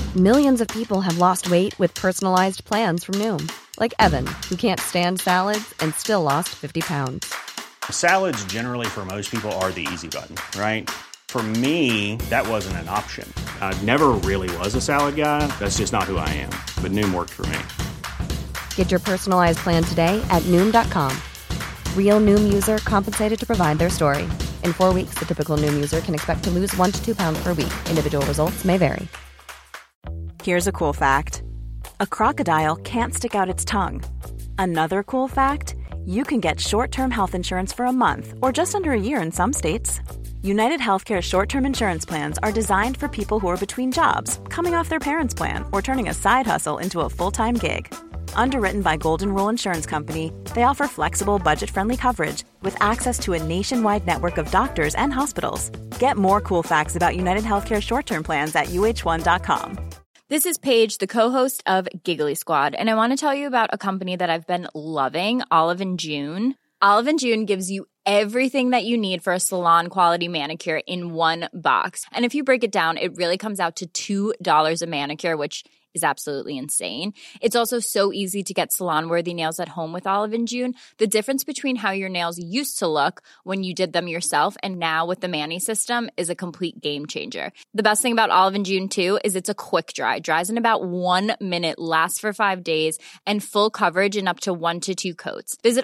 Millions of people have lost weight with personalized plans from Noom. Like Evan, who can't stand salads and still lost 50 pounds. Salads generally for most people are the easy button, right? For me, that wasn't an option. I never really was a salad guy. That's just not who I am. But Noom worked for me. Get your personalized plan today at Noom.com. Real Noom user compensated to provide their story. In 4 weeks, the typical Noom user can expect to lose 1 to 2 pounds per week. Individual results may vary. Here's a cool fact. A crocodile can't stick out its tongue. Another cool fact, you can get short-term health insurance for a month or just under a year in some states. United Healthcare short-term insurance plans are designed for people who are between jobs, coming off their parents' plan, or turning a side hustle into a full-time gig. Underwritten by Golden Rule Insurance Company, they offer flexible, budget-friendly coverage with access to a nationwide network of doctors and hospitals. Get more cool facts about United Healthcare short-term plans at uh1.com. This is Paige, the co-host of Giggly Squad, and I want to tell you about a company that I've been loving, Olive & June. Olive & June gives you everything that you need for a salon-quality manicure in one box. And if you break it down, it really comes out to $2 a manicure, which is absolutely insane. It's also so easy to get salon-worthy nails at home with Olive & June. The difference between how your nails used to look when you did them yourself and now with the Mani system is a complete game changer. The best thing about Olive & June, too, is it's a quick dry. Dries in about 1 minute, lasts for 5 days, and full coverage in up to 1 to 2 coats. Visit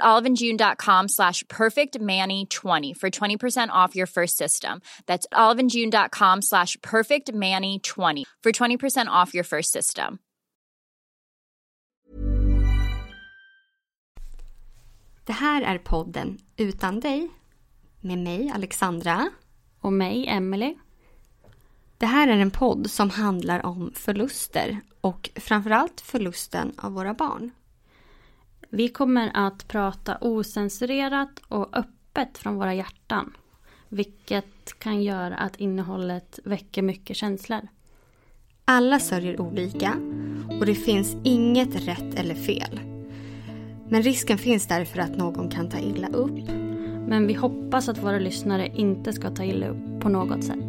oliveandjune.com/perfectmani20 for 20% off your first system. That's oliveandjune.com/perfectmani20 for 20% off your first system. Det här är podden Utan dig med mig Alexandra och mig Emily. Det här är en podd som handlar om förluster och framförallt förlusten av våra barn. Vi kommer att prata osensurerat och öppet från våra hjärtan, vilket kan göra att innehållet väcker mycket känslor. Alla sörjer olika och det finns inget rätt eller fel. Men risken finns därför att någon kan ta illa upp. Men vi hoppas att våra lyssnare inte ska ta illa upp på något sätt.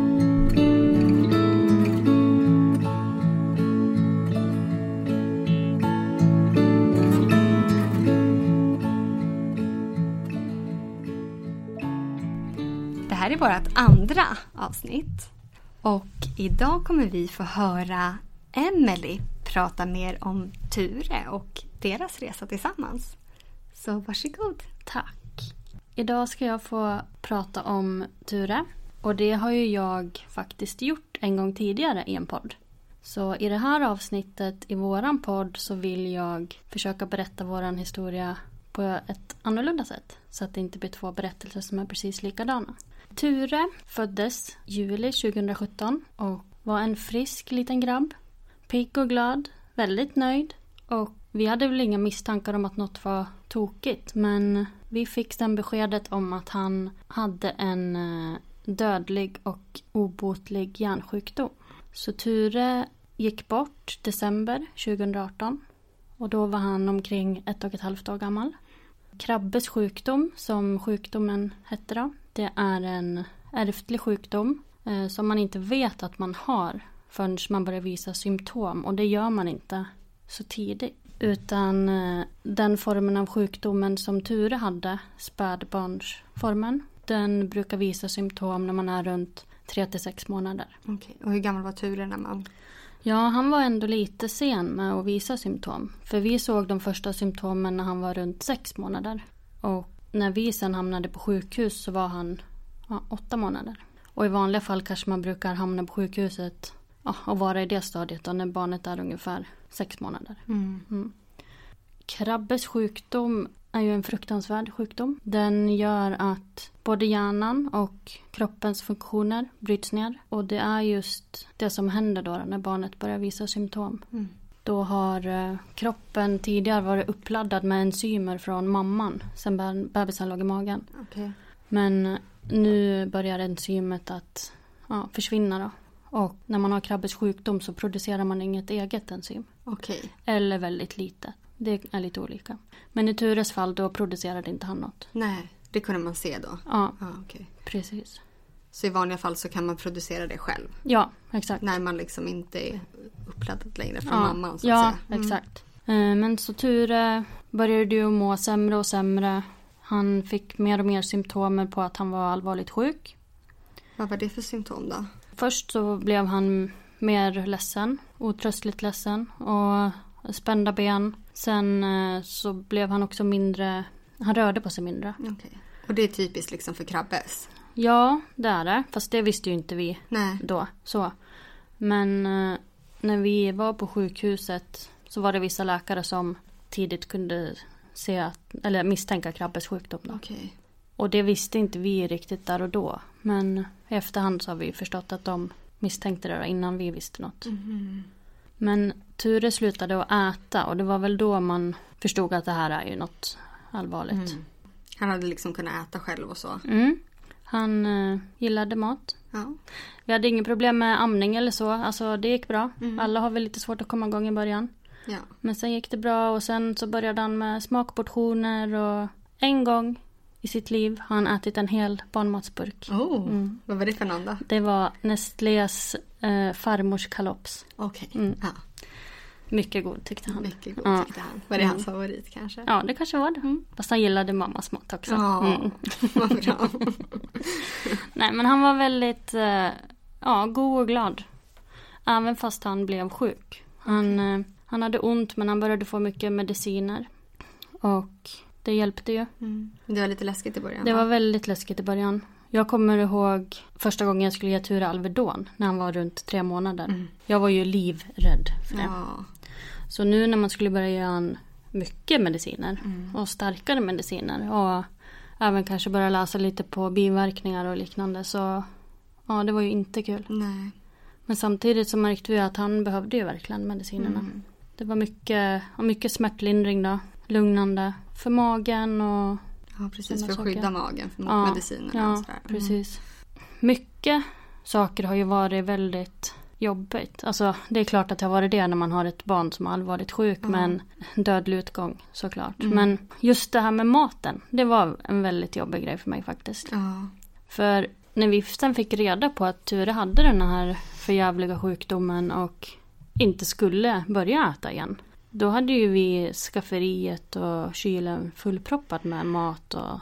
Det här är vårt andra avsnitt. Och idag kommer vi få höra Emily prata mer om Ture och deras resa tillsammans. Så varsågod. Tack. Idag ska jag få prata om Ture. Och det har ju jag faktiskt gjort en gång tidigare i en podd. Så i det här avsnittet i våran podd så vill jag försöka berätta våran historia på ett annorlunda sätt. Så att det inte blir 2 berättelser som är precis likadana. Ture föddes juli 2017 och var en frisk liten grabb. Pigg och glad, väldigt nöjd. Och vi hade väl inga misstankar om att något var tokigt. Men vi fick sen beskedet om att han hade en dödlig och obotlig hjärnsjukdom. Så Ture gick bort december 2018. Och då var han omkring 1,5 år gammal. Krabbes sjukdom, som sjukdomen hette då, det är en ärftlig sjukdom som man inte vet att man har förrän man börjar visa symptom. Och det gör man inte så tidigt. Utan den formen av sjukdomen som Ture hade, spädbarnsformen, den brukar visa symptom när man är runt 3-6 månader. Okej. Och hur gammal var Ture när man... Ja, han var ändå lite sen med att visa symptom. För vi såg de första symptomen när han var runt 6 månader. Och när vi sen hamnade på sjukhus så var han 8 månader. Och i vanliga fall kanske man brukar hamna på sjukhuset och vara i det stadiet då, när barnet är ungefär 6 månader. Krabbes sjukdom är ju en fruktansvärd sjukdom. Den gör att både hjärnan och kroppens funktioner bryts ner. Och det är just det som händer då när barnet börjar visa symptom. Då har kroppen tidigare varit uppladdad med enzymer från mamman sen bebisen låg i magen. Okay. Men nu börjar enzymet att försvinna då. Och när man har Krabbes sjukdom så producerar man inget eget enzym. Okay. Eller väldigt lite. Det är lite olika. Men i Tures fall då producerade inte han något. Nej, det kunde man se då? Ja, okay. Precis. Så i vanliga fall så kan man producera det själv. Ja, exakt. När man liksom inte är uppladdad längre från mamman så att säga. Ja, exakt. Men så Ture började ju må sämre och sämre. Han fick mer och mer symptomer på att han var allvarligt sjuk. Vad var det för symptom då? Först så blev han mer ledsen, otröstligt ledsen och spända ben. Sen så blev han också mindre, han rörde på sig mindre. Okej. Och det är typiskt liksom för krabbes? Ja, det är det. Fast det visste ju inte vi då. Så. Men när vi var på sjukhuset så var det vissa läkare som tidigt kunde eller misstänka krabbes sjukdom. Okej. Och det visste inte vi riktigt där och då. Men i efterhand så har vi förstått att de misstänkte det innan vi visste något. Mm. Men Ture slutade att äta och det var väl då man förstod att det här är ju något allvarligt. Mm. Han hade liksom kunnat äta själv och så. Mm. Han gillade mat. Ja. Vi hade ingen problem med amning eller så. Alltså det gick bra. Mm. Alla har väl lite svårt att komma igång i början. Ja. Men sen gick det bra och sen så började han med smakportioner och en gång i sitt liv har han ätit en hel barnmatsburk. Vad var det för någon då? Det var Nestlés farmors kalops. Okej. Ja. Mycket god tyckte han. Mycket god tyckte han. Var det hans favorit kanske? Ja, det kanske var det. Fast han gillade mammas mat också. Vad bra. Nej, men han var väldigt god och glad. Även fast han blev sjuk. Han hade ont men han började få mycket mediciner. Och det hjälpte ju. Mm. Det var lite läskigt i början. Det var väldigt läskigt i början. Jag kommer ihåg första gången jag skulle ge Ture Alvedon när han var runt 3 månader. Mm. Jag var ju livrädd för det. Ja. Så nu när man skulle börja ge han mycket mediciner och starkare mediciner och även kanske börja läsa lite på biverkningar och liknande så det var ju inte kul. Nej. Men samtidigt så märkte vi att han behövde ju verkligen medicinerna. Mm. Det var mycket smärtlindring då. Lugnande för magen och... Ja, precis. För att skydda magen mot medicinerna. Ja, och sådär. Precis. Mycket saker har ju varit väldigt jobbigt. Alltså, det är klart att det har varit det när man har ett barn som har allvarligt sjuk. Men dödlig utgång, såklart. Men just det här med maten, det var en väldigt jobbig grej för mig faktiskt. Ja. För när vi sen fick reda på att Ture hade den här förjävliga sjukdomen och inte skulle börja äta igen. Då hade ju vi skafferiet och kylen fullproppat med mat och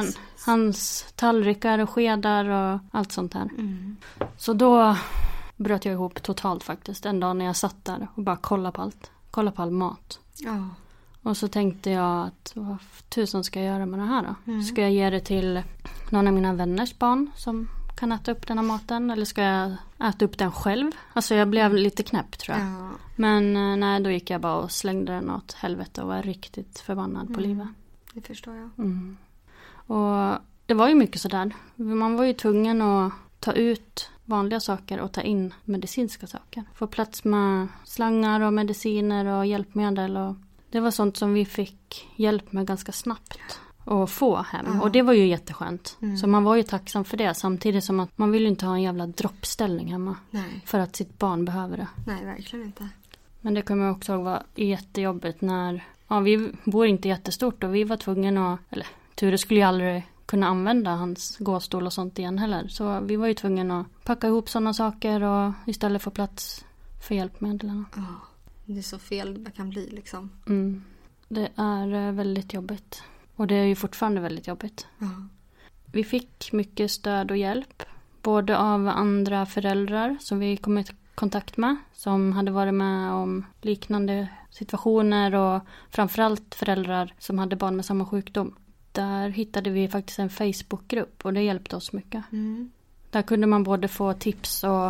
hans tallrikar och skedar och allt sånt här. Mm. Så då bröt jag ihop totalt faktiskt en dag när jag satt där och bara kollade på all mat. Ja. Och så tänkte jag att vad tusan ska jag göra med det här då? Mm. Ska jag ge det till någon av mina vänners barn som kan äta upp den här maten? Eller ska jag äta upp den själv? Alltså jag blev lite knäpp tror jag. Ja. Men nej, då gick jag bara och slängde den åt helvete och var riktigt förbannad på livet. Det förstår jag. Mm. Och det var ju mycket sådär. Man var ju tvungen att ta ut vanliga saker och ta in medicinska saker. Få plats med slangar och mediciner och hjälpmedel. Och det var sånt som vi fick hjälp med ganska snabbt. Och få hem. Ja. Och det var ju jätteskönt. Mm. Så man var ju tacksam för det. Samtidigt som att man vill ju inte ha en jävla droppställning hemma. Nej. För att sitt barn behöver det. Nej, verkligen inte. Men det kommer jag också ihåg var jättejobbigt när... Ja, vi bor inte jättestort och vi var tvungna att... Eller Ture skulle ju aldrig kunna använda hans gåstol och sånt igen heller. Så vi var ju tvungna att packa ihop sådana saker och istället få plats för hjälpmedlen. Ja, det är så fel det kan bli liksom. Mm. Det är väldigt jobbigt. Och det är ju fortfarande väldigt jobbigt. Ja. Vi fick mycket stöd och hjälp. Både av andra föräldrar som vi kom i kontakt med. Som hade varit med om liknande situationer. Och framförallt föräldrar som hade barn med samma sjukdom. Där hittade vi faktiskt en Facebookgrupp. Och det hjälpte oss mycket. Mm. Där kunde man både få tips och...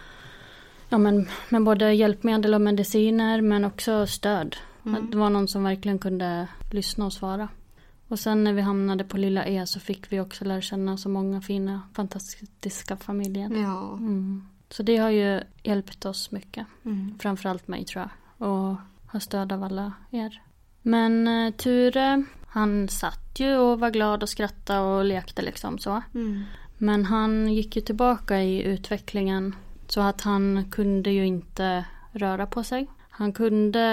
Ja, men med både hjälpmedel och mediciner. Men också stöd. Mm. Det var någon som verkligen kunde lyssna och svara. Och sen när vi hamnade på Lilla E så fick vi också lära känna så många fina, fantastiska familjer. Ja. Mm. Så det har ju hjälpt oss mycket. Mm. Framförallt mig tror jag. Och har stöd av alla er. Men Ture, han satt ju och var glad och skrattade och lekte liksom så. Mm. Men han gick ju tillbaka i utvecklingen. Så att han kunde ju inte röra på sig. Han kunde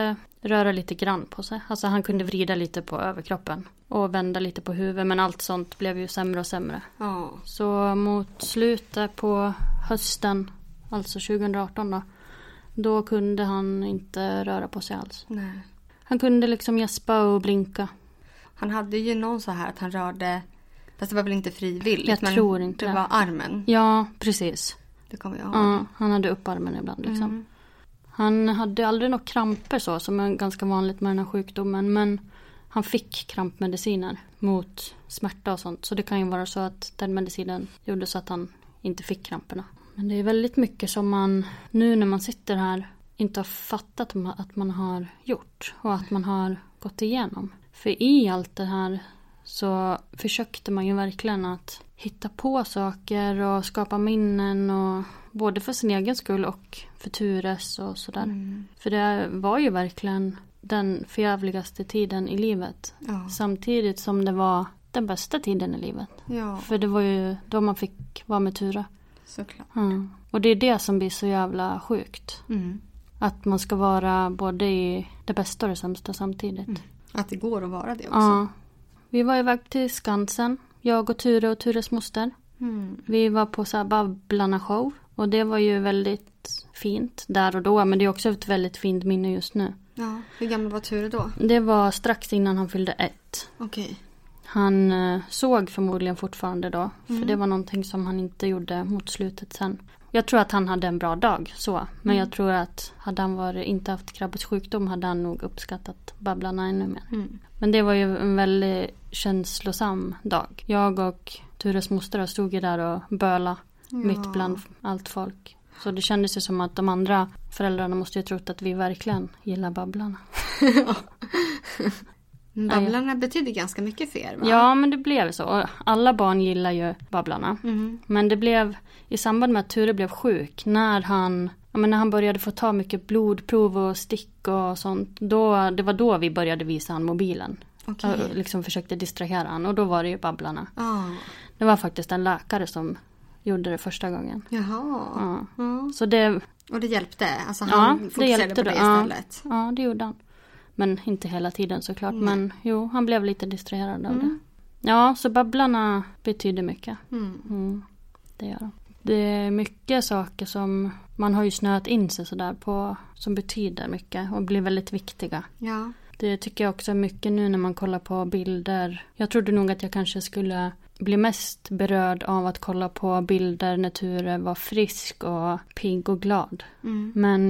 röra lite grann på sig. Alltså han kunde vrida lite på överkroppen och vända lite på huvudet. Men allt sånt blev ju sämre och sämre. Ja. Så mot slutet på hösten, alltså 2018 då kunde han inte röra på sig alls. Nej. Han kunde liksom gäspa och blinka. Han hade ju någon så här att han rörde, fast det var väl inte frivilligt. Jag tror inte det. Var armen. Ja, precis. Det kommer jag ihåg. Ja, han hade upp armen ibland liksom. Han hade aldrig några kramper så, som är ganska vanligt med den här sjukdomen. Men han fick krampmediciner mot smärta och sånt. Så det kan ju vara så att den medicinen gjorde så att han inte fick kramperna. Men det är väldigt mycket som man nu när man sitter här inte har fattat att man har gjort. Och att man har gått igenom. För i allt det här så försökte man ju verkligen att hitta på saker och skapa minnen. Och både för sin egen skull och för Tures och sådär. För det var ju verkligen den förjävligaste tiden i livet. Ja. Samtidigt som det var den bästa tiden i livet. Ja. För det var ju då man fick vara med Ture. Såklart. Ja. Och det är det som blir så jävla sjukt. Att man ska vara både i det bästa och det sämsta samtidigt. Att det går att vara det också. Ja. Vi var iväg till Skansen. Jag och Ture och Tures moster. Vi var på så här Babblarna-show. Och det var ju väldigt fint där och då. Men det är också ett väldigt fint minne just nu. Ja. Hur gammal var Ture då? Det var strax innan han fyllde 1. Okej. Han såg förmodligen fortfarande då. För det var någonting som han inte gjorde mot slutet sen. Jag tror att han hade en bra dag så. Men jag tror att hade han inte haft Krabbes sjukdom hade han nog uppskattat Babblarna ännu mer. Men det var ju en väldigt känslosam dag. Jag och Tures moster stod ju där och böla mitt bland allt folk. Så det kändes ju som att de andra föräldrarna måste ju trott att vi verkligen gillar Babblarna. Babblarna betyder ganska mycket för er, va? Ja, men det blev så. Och alla barn gillar ju Babblarna. Men det blev i samband med att Ture blev sjuk. När han började få ta mycket blodprov och stick och sånt. Det var då vi började visa han mobilen. Okay. Och liksom försökte distrahera han. Och då var det ju Babblarna. Det var faktiskt en läkare som gjorde det första gången. Jaha. Så det... Och det hjälpte? Alltså han fokuserade på det istället? Ja, det gjorde han. Men inte hela tiden såklart. Men jo, han blev lite distraherad av det. Ja, så Babblarna betyder mycket. Det gör de. Det är mycket saker som man har ju snöat in sig sådär på. Som betyder mycket och blir väldigt viktiga. Ja. Det tycker jag också är mycket nu när man kollar på bilder. Jag trodde nog att jag kanske skulle bli mest berörd av att kolla på bilder när Ture var frisk och pigg och glad. Men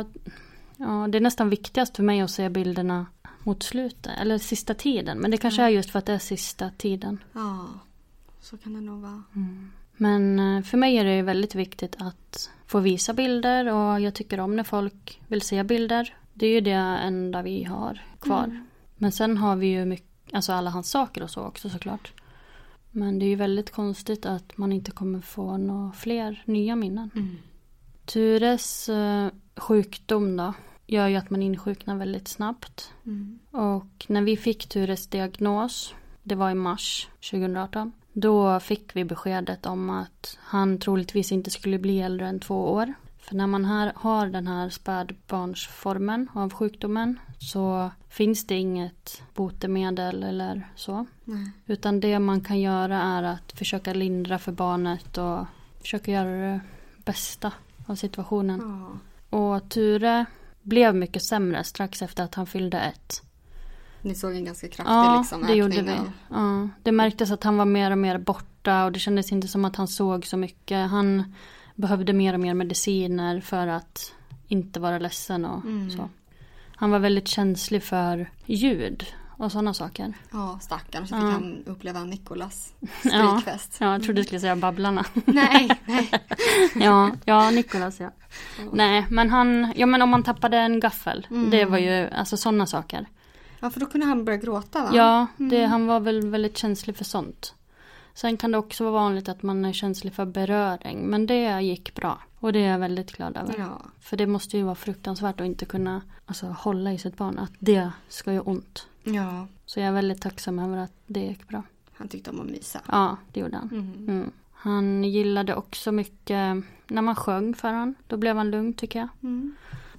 det är nästan viktigast för mig att se bilderna mot slutet. Eller sista tiden. Men det kanske är just för att det är sista tiden. Ja, så kan det nog vara. Men för mig är det väldigt viktigt att få visa bilder. Och jag tycker om när folk vill se bilder. Det är ju det enda vi har kvar. Men sen har vi ju alltså alla hans saker och så också såklart. Men det är ju väldigt konstigt att man inte kommer få några fler nya minnen. Tures sjukdom då gör ju att man insjuknar väldigt snabbt. Och när vi fick Tures diagnos, det var i mars 2018, då fick vi beskedet om att han troligtvis inte skulle bli äldre än 2 år. För när man har den här spädbarnsformen av sjukdomen så finns det inget botemedel eller så. Utan det man kan göra är att försöka lindra för barnet och försöka göra det bästa av situationen. Och Ture blev mycket sämre strax efter att han fyllde 1. Ni såg en ganska kraftig det gjorde vi. Ja, det märktes att han var mer och mer borta och det kändes inte som att han såg så mycket. Han behövde mer och mer mediciner för att inte vara ledsen och så. Han var väldigt känslig för ljud och sådana saker. Ja, stackarn. Så fick han uppleva Nikolas strykfest. Ja, jag trodde du skulle säga Babblarna. Nej. ja, Nikolas, ja. Nej, men om man tappade en gaffel. Det var ju alltså sådana saker. Ja, för då kunde han börja gråta, va? Ja, han var väl väldigt känslig för sånt. Sen kan det också vara vanligt att man är känslig för beröring. Men det gick bra. Och det är jag väldigt glad över. Ja. För det måste ju vara fruktansvärt att inte kunna hålla i sitt barn. Att det ska ju ont. Ja. Så jag är väldigt tacksam över att det gick bra. Han tyckte om att mysa. Ja, det gjorde han. Han gillade också mycket när man sjöng för han. Då blev han lugn tycker jag.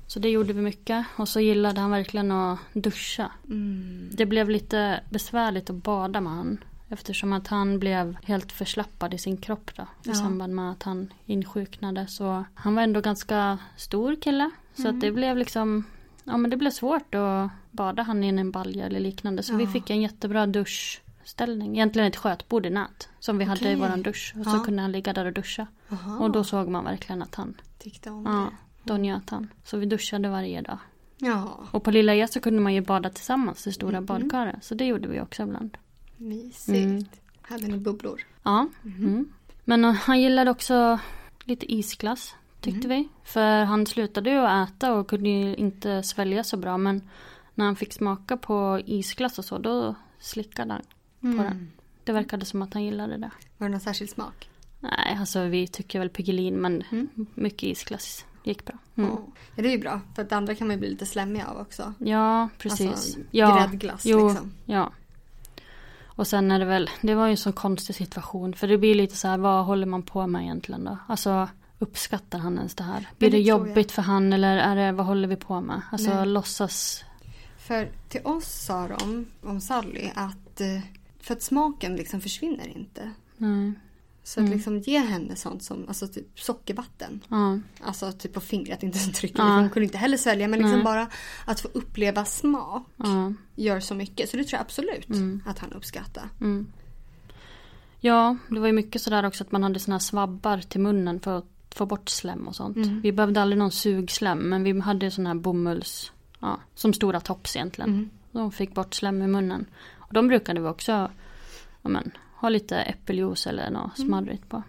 Så det gjorde vi mycket. Och så gillade han verkligen att duscha. Det blev lite besvärligt att bada med han. Eftersom att han blev helt förslappad i sin kropp då. I samband med att han insjuknade. Så han var ändå ganska stor kille. Så att det blev liksom... Ja, men det blev svårt att bada han i en balja eller liknande. Så vi fick en jättebra duschställning. Egentligen ett skötbord i nät. Som vi hade i våran dusch. Och så kunde han ligga där och duscha. Och då såg man verkligen att han... Tyckte om det. Då njöt han. Så vi duschade varje dag. Ja. Och på Lilla så kunde man ju bada tillsammans i stora badkaret. Så det gjorde vi också ibland. Mysigt. Hade ni bubblor? Ja. Men han gillade också lite isglass, tyckte vi. För han slutade ju att äta och kunde ju inte svälja så bra. Men när han fick smaka på isglass och så, då slickade han på den. Det verkade som att han gillade det. Var det någon särskild smak? Nej, alltså vi tycker väl Piggelin, men mycket isglass gick bra. Ja, det är ju bra. För att andra kan man ju bli lite slämmig av också. Ja, precis. Alltså, gräddglass liksom. Ja. Och sen är det väl, det var ju en sån konstig situation. För det blir lite så här, vad håller man på med egentligen då? Alltså, uppskattar han ens det här? Blir det jobbigt för han eller är det, vad håller vi på med? Alltså, låtsas... För till oss sa de om Sally att för att smaken liksom försvinner inte. Nej. Så att liksom ge henne sånt som alltså typ sockervatten. Alltså typ på fingret, inte så trycker. Hon kunde inte heller svälja, men liksom bara att få uppleva smak gör så mycket. Så det tror jag absolut att han uppskattar. Ja, det var ju mycket sådär också att man hade såna här svabbar till munnen för att få bort slem och sånt. Vi behövde aldrig någon sugslem, men vi hade såna här bomulls, som stora tops egentligen. De fick bort slem i munnen. Och de brukade vi också, ha lite äppeljuice eller något smarrigt på.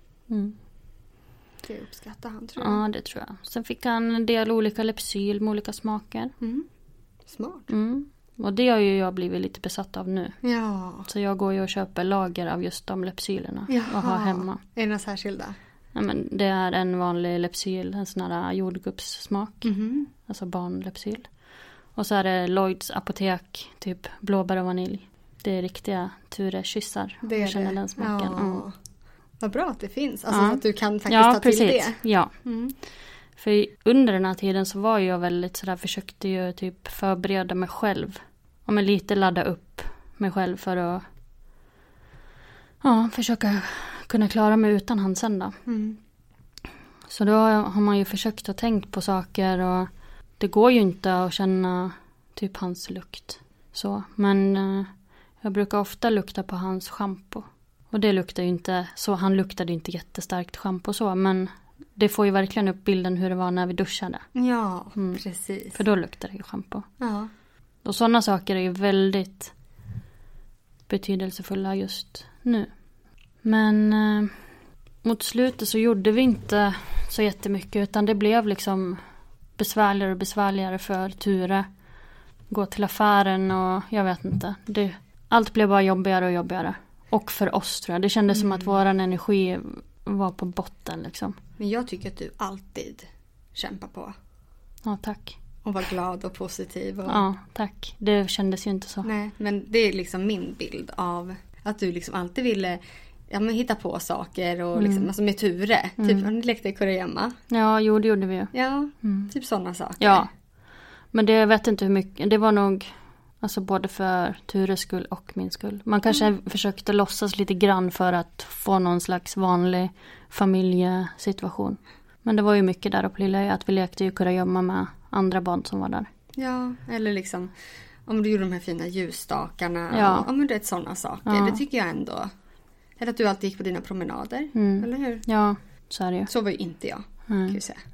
Det uppskattar han, tror jag. Ja, det tror jag. Sen fick han en del olika Lepsyl med olika smaker. Smart. Och det har ju jag blivit lite besatt av nu. Ja. Så jag går ju och köper lager av just de Lepsylerna och har hemma. Är det några särskilda? Ja, men det är en vanlig Lepsyl, en sån här jordgubbssmak. Alltså barnlepsyl. Och så är det Lloyds apotek, typ blåbär och vanilj. Det är riktiga Ture-kyssar. Det är känner den smaken. Ja. Vad bra att det finns. Alltså så att du kan faktiskt ta till det. Ja, för under den här tiden så var jag väldigt sådär, försökte ju typ förbereda mig själv. Och men lite ladda upp mig själv för att försöka kunna klara mig utan han sen då. Så då har man ju försökt att tänkt på saker och det går ju inte att känna typ hans lukt. Så, men jag brukar ofta lukta på hans shampoo. Och det luktar ju inte så, han luktade inte jättestarkt shampoo så, men det får ju verkligen upp bilden hur det var när vi duschade. Ja, precis. För då luktar det ju shampoo. Ja. Och sådana saker är ju väldigt betydelsefulla just nu. Men mot slutet så gjorde vi inte så jättemycket, utan det blev liksom besvärligare och besvärligare för Ture. Gå till affären och jag vet inte. Allt blev bara jobbigare och jobbigare. Och för oss tror jag. Det kändes som att våran energi var på botten liksom. Men jag tycker att du alltid kämpar på. Ja, tack. Och var glad och positiv. Och... Ja, tack. Det kändes ju inte så. Nej, men det är liksom min bild av att du liksom alltid ville hitta på saker och liksom, alltså med Ture. Typ, ni lekte kurragömma. Ja, jo, det gjorde vi ju. Ja, typ sådana saker. Ja, men det vet inte hur mycket. Det var nog alltså både för Tures skull och min skull. Man kanske försökte låtsas lite grann för att få någon slags vanlig familjesituation. Men det var ju mycket där på Lilla att vi lekte ju kurragömma med andra barn som var där. Ja, eller liksom om du gjorde de här fina ljusstakarna. Ja. Och, men det är sådana saker. Ja. Det tycker jag ändå. Eller att du alltid gick på dina promenader. Eller hur? Ja, så är det ju. Så var ju inte jag, kan jag säga.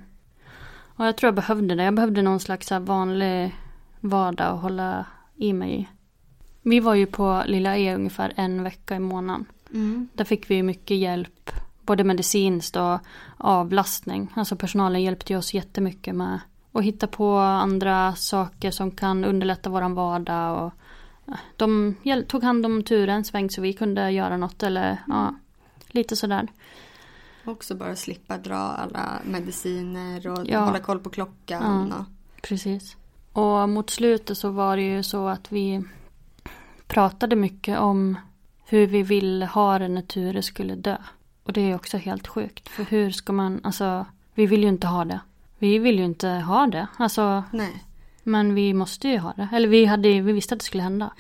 Och jag tror jag behövde det. Jag behövde någon slags vanlig vardag att hålla i mig i. Vi var ju på Lilla ungefär 1 vecka i månaden. Där fick vi mycket hjälp. Både medicinskt och avlastning. Alltså personalen hjälpte oss jättemycket med att hitta på andra saker som kan underlätta våran vardag. Och de tog hand om Ture en sväng så vi kunde göra något. Eller lite sådär. Också bara slippa dra alla mediciner och hålla koll på klockan. Ja, precis. Och mot slutet så var det ju så att vi pratade mycket om hur vi ville ha det när Ture skulle dö. Och det är också helt sjukt. För hur ska man, alltså vi vill ju inte ha det. vi vill ju inte ha det. Alltså, Nej. men vi måste ju ha det. Eller vi visste att det skulle hända.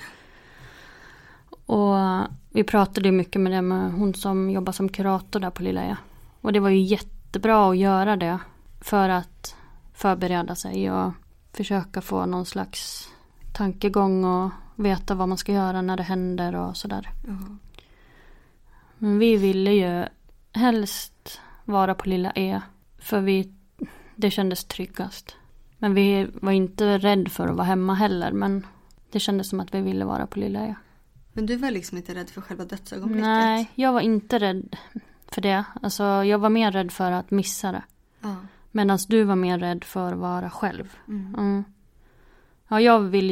Och vi pratade ju mycket med det med hon som jobbar som kurator där på Lilla E. Och det var ju jättebra att göra det för att förbereda sig och försöka få någon slags tankegång och veta vad man ska göra när det händer och sådär. Men vi ville ju helst vara på Lilla E för det kändes tryggast. Men vi var inte rädd för att vara hemma heller, men det kändes som att vi ville vara på Lilla E. Men du var liksom inte rädd för själva dödsögonblicket? Nej, jag var inte rädd för det. Alltså, jag var mer rädd för att missa det. Ja. Medan du var mer rädd för att vara själv. Ja, jag vill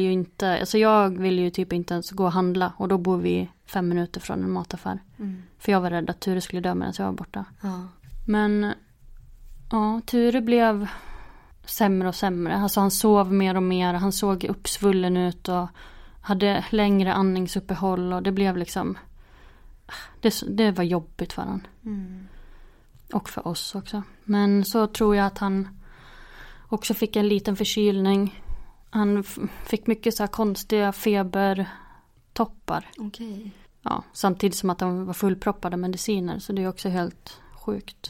ju typ inte ens gå och handla. Och då bor vi 5 minuter från en mataffär. För jag var rädd att Ture skulle dö medan jag var borta. Ja. Men ja, Ture blev sämre och sämre. Alltså han sov mer och mer. Han såg uppsvullen ut och hade längre andningsuppehåll. Och det blev liksom... Det var jobbigt för han. Och för oss också. Men så tror jag att han också fick en liten förkylning. Han fick mycket så här konstiga febertoppar. Okej. Ja, samtidigt som att de var fullproppade mediciner. Så det är också helt sjukt.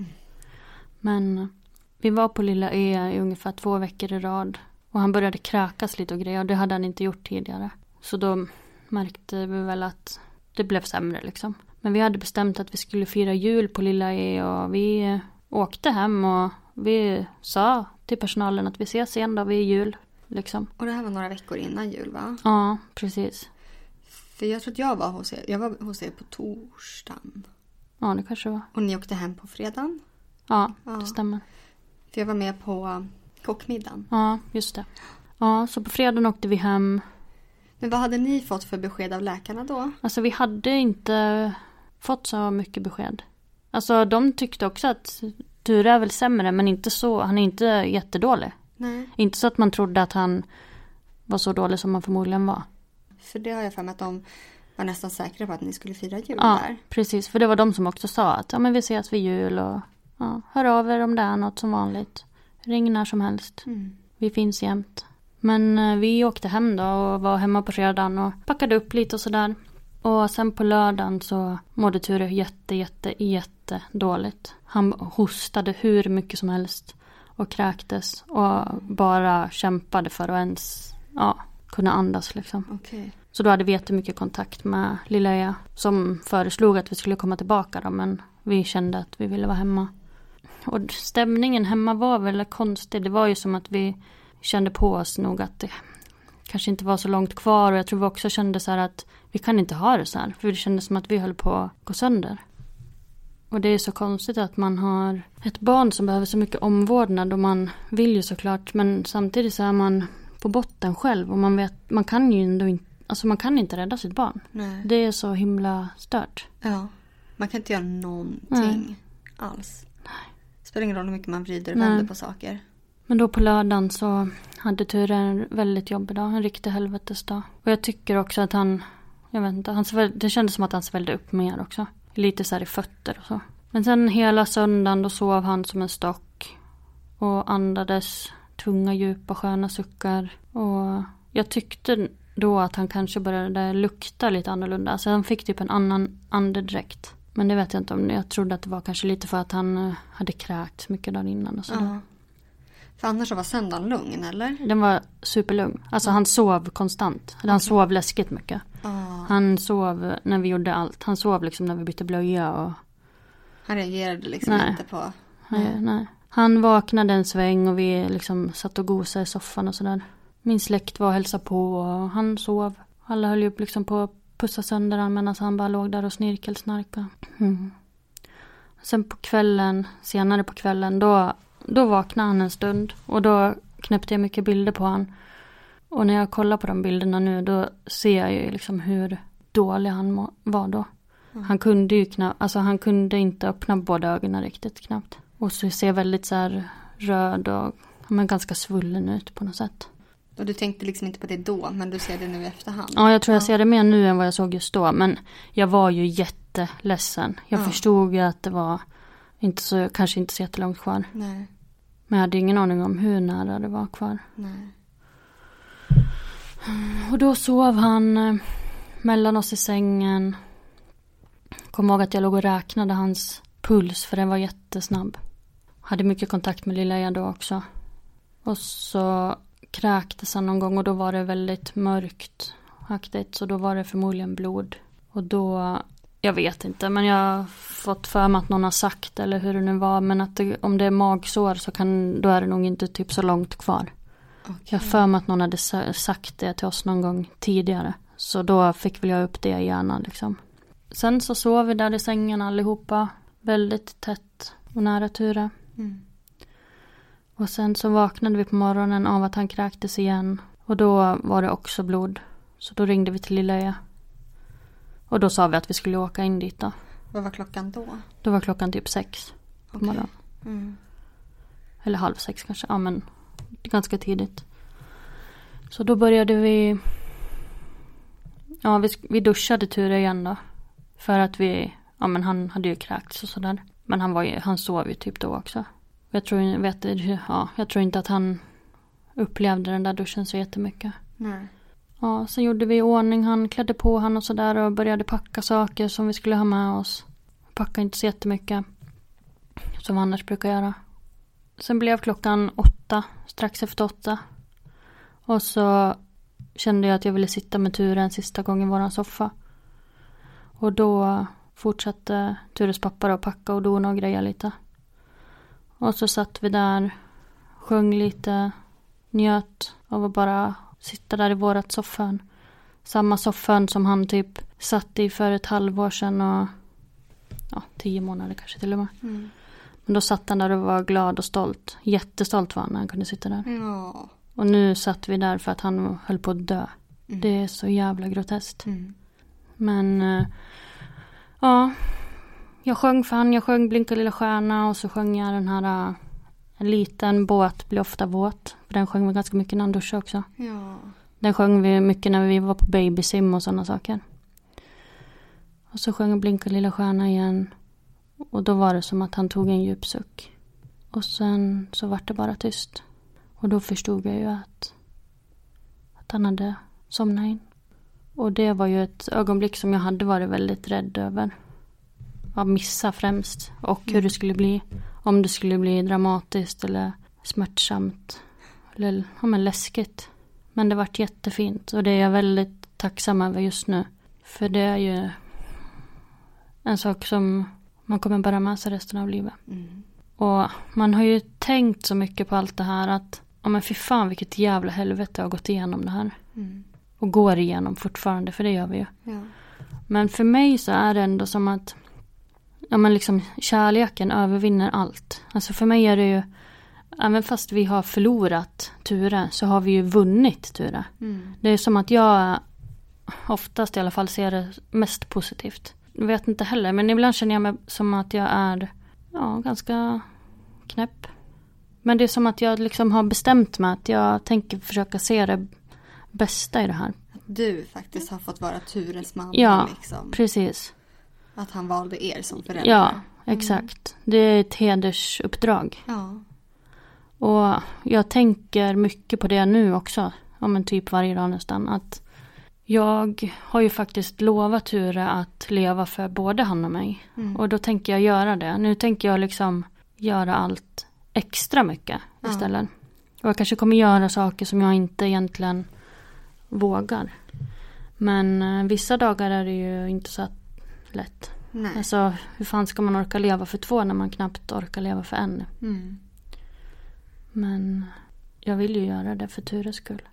Men vi var på Lilla E i ungefär 2 veckor i rad. Och han började kräkas lite och grejer. Och det hade han inte gjort tidigare. Så då märkte vi väl att det blev sämre liksom. Men vi hade bestämt att vi skulle fira jul på Lilla E. Och vi åkte hem och vi sa till personalen att vi ses igen då vid jul. Liksom. Och det här var några veckor innan jul, va? Ja, precis. För jag tror att jag var hos er. Jag var hos er på torsdagen. Ja, det kanske var. Och ni åkte hem på fredagen. Ja, det stämmer. För jag var med på kockmiddagen. Ja, just det. Ja, så på fredagen åkte vi hem. Men vad hade ni fått för besked av läkarna då? Alltså vi hade inte fått så mycket besked. Alltså de tyckte också att Ture är väl sämre, men inte så. Han är inte jättedålig. Nej. Inte så att man trodde att han var så dålig som han förmodligen var. För det har jag för mig att de var nästan säkra på att ni skulle fira jul Ja, där. precis. För det var de som också sa att men vi ses vid jul och hör av er om det är något som vanligt. Ring när som helst. Vi finns jämt. Men vi åkte hem då och var hemma på fredagen och packade upp lite och sådär. Och sen på lördagen så mådde Ture jätte dåligt. Han hostade hur mycket som helst och kräktes och bara kämpade för att ens kunna andas liksom. Okej. Så då hade vi jättemycket kontakt med Lilla E som föreslog att vi skulle komma tillbaka då, men vi kände att vi ville vara hemma. Och stämningen hemma var väl konstig. Det var ju som att vi kände på oss nog att det kanske inte var så långt kvar. Och jag tror vi också kände så här att vi kan inte ha det så här. För det kändes som att vi höll på att gå sönder. Och det är så konstigt att man har ett barn som behöver så mycket omvårdnad. Och man vill ju såklart. Men samtidigt så är man på botten själv. Och man vet, man kan ju ändå inte, alltså man kan inte rädda sitt barn. Nej. Det är så himla stört. Ja, man kan inte göra någonting alls. Det spelar ingen roll hur mycket man vrider och vänder på saker. Men då på lördagen så hade Ture en väldigt jobbig dag. En riktig helvetesdag. Och jag tycker också att det kändes som att han svällde upp mer också. Lite så här i fötter och så. Men sen hela söndagen då sov han som en stock. Och andades tunga, djupa, sköna suckar. Och jag tyckte då att han kanske började lukta lite annorlunda. Alltså han fick typ en annan andedräkt. Men det vet jag inte om. Jag trodde att det var kanske lite för att han hade kräkt mycket dagen innan och sådär. För annars så var söndagen lugn, eller? Den var superlugn. Alltså han sov konstant. Eller han sov läskigt mycket. Han sov när vi gjorde allt. Han sov liksom när vi bytte blöja och... Han reagerade liksom inte på... Nej. Han vaknade en sväng och vi liksom satt och gosade i soffan och sådär. Min släkt var och hälsade på och han sov. Alla höll ju liksom på att pussa sönder han medan han bara låg där och snirkelsnarkade. Sen på kvällen, senare på kvällen, då vaknade han en stund. Och då knäppte jag mycket bilder på han. Och när jag kollar på de bilderna nu, då ser jag ju liksom hur dålig han var då. Han kunde ju han kunde inte öppna båda ögonen riktigt knappt. Och så ser väldigt så här röd och ganska svullen ut på något sätt. Och du tänkte liksom inte på det då, men du ser det nu i efterhand? Ja, jag tror jag ser det mer nu än vad jag såg just då. Men jag var ju jätteledsen. Jag förstod ju att det var kanske inte så jättelångt kvar. Nej. Men jag hade ingen aning om hur nära det var kvar. Nej. Och då sov han mellan oss i sängen. Kom ihåg att jag låg och räknade hans puls, för den var jättesnabb. Hade mycket kontakt med lilla Ea då också. Och så kräktes han någon gång och då var det väldigt mörkt aktigt. Så då var det förmodligen blod. Och då, jag vet inte, men jag har fått för mig att någon har sagt, eller hur det nu var. Men att om det är magsår så då är det nog inte typ så långt kvar. Okay. Jag har för mig att någon hade sagt det till oss någon gång tidigare. Så då fick väl jag upp det i hjärnan liksom. Sen så sov vi där i sängen allihopa. Väldigt tätt och nära Ture. Mm. Och sen så vaknade vi på morgonen av att han kräktes igen. Och då var det också blod. Så då ringde vi till lilla Ea. Och då sa vi att vi skulle åka in dit då. Vad var klockan då? Då var klockan typ 6 på morgonen. Mm. Eller 5:30 kanske. Ja, men ganska tidigt. Så då började vi... Ja, vi duschade Ture igen då. För att han hade ju kräkts och sådär. Men han sov ju typ då också. Jag tror inte att han upplevde den där duschen så jättemycket. Nej. Ja, så gjorde vi i ordning. Han klädde på han och sådär och började packa saker som vi skulle ha med oss. Packa inte så jättemycket. Som vi annars brukar göra. Sen blev klockan 8, strax efter 8. Och så kände jag att jag ville sitta med Ture en sista gång i våran soffa. Och då fortsatte Tures pappa att packa och dona och greja lite. Och så satt vi där, sjöng lite, njöt av att bara sitta där i vårat soffhörn. Samma soffhörn som han typ satt i för ett halvår sedan och 10 månader kanske till och med. Mm. Men då satt han där och var glad och stolt. Jättestolt var han när han kunde sitta där. Ja. Och nu satt vi där för att han höll på att dö. Mm. Det är så jävla groteskt. Mm. Men jag sjöng för han. Jag sjöng Blinka lilla stjärna och så sjöng jag den här en liten båt blir ofta våt. För den sjöng vi ganska mycket när han duschade också. Ja. Den sjöng vi mycket när vi var på babysim och sådana saker. Och så sjöng Blinka lilla stjärna igen. Och då var det som att han tog en djup suck. Och sen så var det bara tyst. Och då förstod jag ju att han hade somnat in. Och det var ju ett ögonblick som jag hade varit väldigt rädd över. Att missa främst. Och hur det skulle bli. Om det skulle bli dramatiskt eller smärtsamt. Eller läskigt. Men det vart jättefint. Och det är jag väldigt tacksam över just nu. För det är ju en sak som man kommer bära med sig resten av livet. Mm. Och man har ju tänkt så mycket på allt det här att men fy fan vilket jävla helvete jag har gått igenom det här. Mm. Och går igenom fortfarande, för det gör vi ju. Ja. Men för mig så är det ändå som att liksom kärleken övervinner allt. Alltså för mig är det ju, även fast vi har förlorat Ture så har vi ju vunnit Ture. Mm. Det är som att jag oftast i alla fall ser det mest positivt. Jag vet inte heller, men ibland känner jag mig som att jag är ganska knäpp. Men det är som att jag liksom har bestämt mig att jag tänker försöka se det bästa i det här. Att du faktiskt har fått vara Tures mamma. Ja, liksom. Precis. Att han valde er som föräldrar. Ja, exakt. Det är ett hedersuppdrag. Ja. Och jag tänker mycket på det nu också. Men typ varje dag nästan. Att jag har ju faktiskt lovat Ture att leva för både han och mig. Mm. Och då tänker jag göra det. Nu tänker jag liksom göra allt extra mycket istället. Och jag kanske kommer göra saker som jag inte egentligen vågar. Men vissa dagar är det ju inte så lätt. Nej. Alltså hur fan ska man orka leva för 2 när man knappt orkar leva för 1? Mm. Men jag vill ju göra det för Tures skull.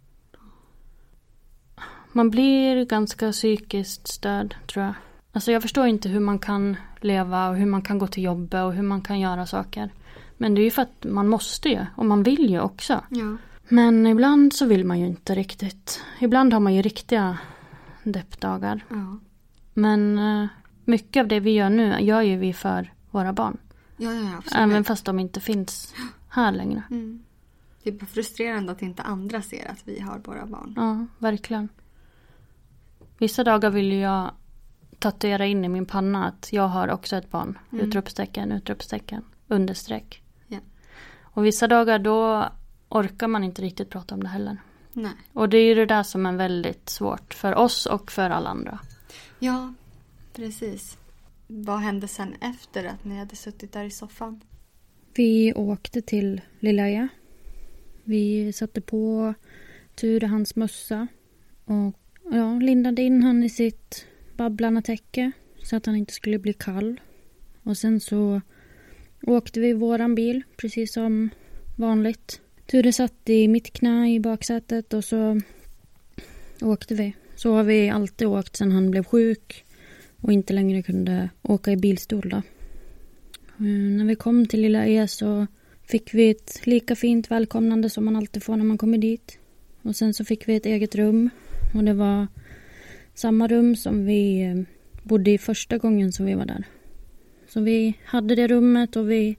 Man blir ganska psykiskt störd, tror jag. Alltså jag förstår inte hur man kan leva och hur man kan gå till jobbet och hur man kan göra saker. Men det är ju för att man måste ju, och man vill ju också. Ja. Men ibland så vill man ju inte riktigt. Ibland har man ju riktiga deppdagar. Ja. Men mycket av det vi gör nu gör ju vi för våra barn. Ja, absolut. Även fast de inte finns här längre. Mm. Det är frustrerande att inte andra ser att vi har våra barn. Ja, verkligen. Vissa dagar vill jag tatuera in i min panna att jag har också ett barn. Utropstecken, understreck. Ja. Och vissa dagar då orkar man inte riktigt prata om det heller. Nej. Och det är ju det där som är väldigt svårt för oss och för alla andra. Ja, precis. Vad hände sen efter att ni hade suttit där i soffan? Vi åkte till Lilla E. Vi satte på Ture hans mössa. Och lindade in han i sitt babblarna-täcke. Så att han inte skulle bli kall. Och sen så åkte vi i våran bil. Precis som vanligt. Ture satt i mitt knä i baksätet. Och så åkte vi. Så har vi alltid åkt sedan han blev sjuk. Och inte längre kunde åka i bilstol då. När vi kom till Lilla E så fick vi ett lika fint välkomnande som man alltid får när man kommer dit. Och sen så fick vi ett eget rum. Och det var samma rum som vi bodde i första gången som vi var där. Så vi hade det rummet och vi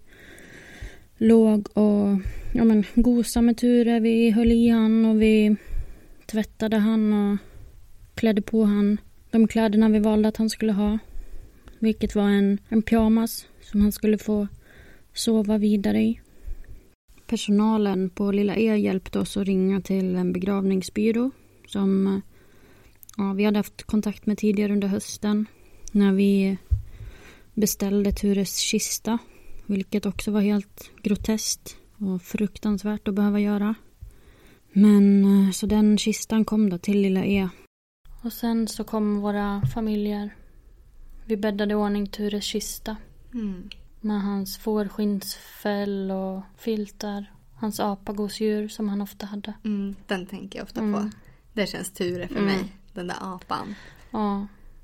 låg och gosade med Ture. Vi höll i han och vi tvättade han och klädde på han de kläderna vi valde att han skulle ha. Vilket var en pyjamas som han skulle få sova vidare i. Personalen på Lilla E hjälpte oss att ringa till en begravningsbyrå som vi hade haft kontakt med tidigare under hösten när vi beställde Tures kista, vilket också var helt groteskt och fruktansvärt att behöva göra. Men så den kistan kom då till Lilla E. Och sen så kom våra familjer. Vi bäddade i ordning Tures kista. Med hans fårskinnsfäll och filtar. Hans apagosdjur som han ofta hade. Den tänker jag ofta på. Det känns Ture för mig. Den där apan. Ja.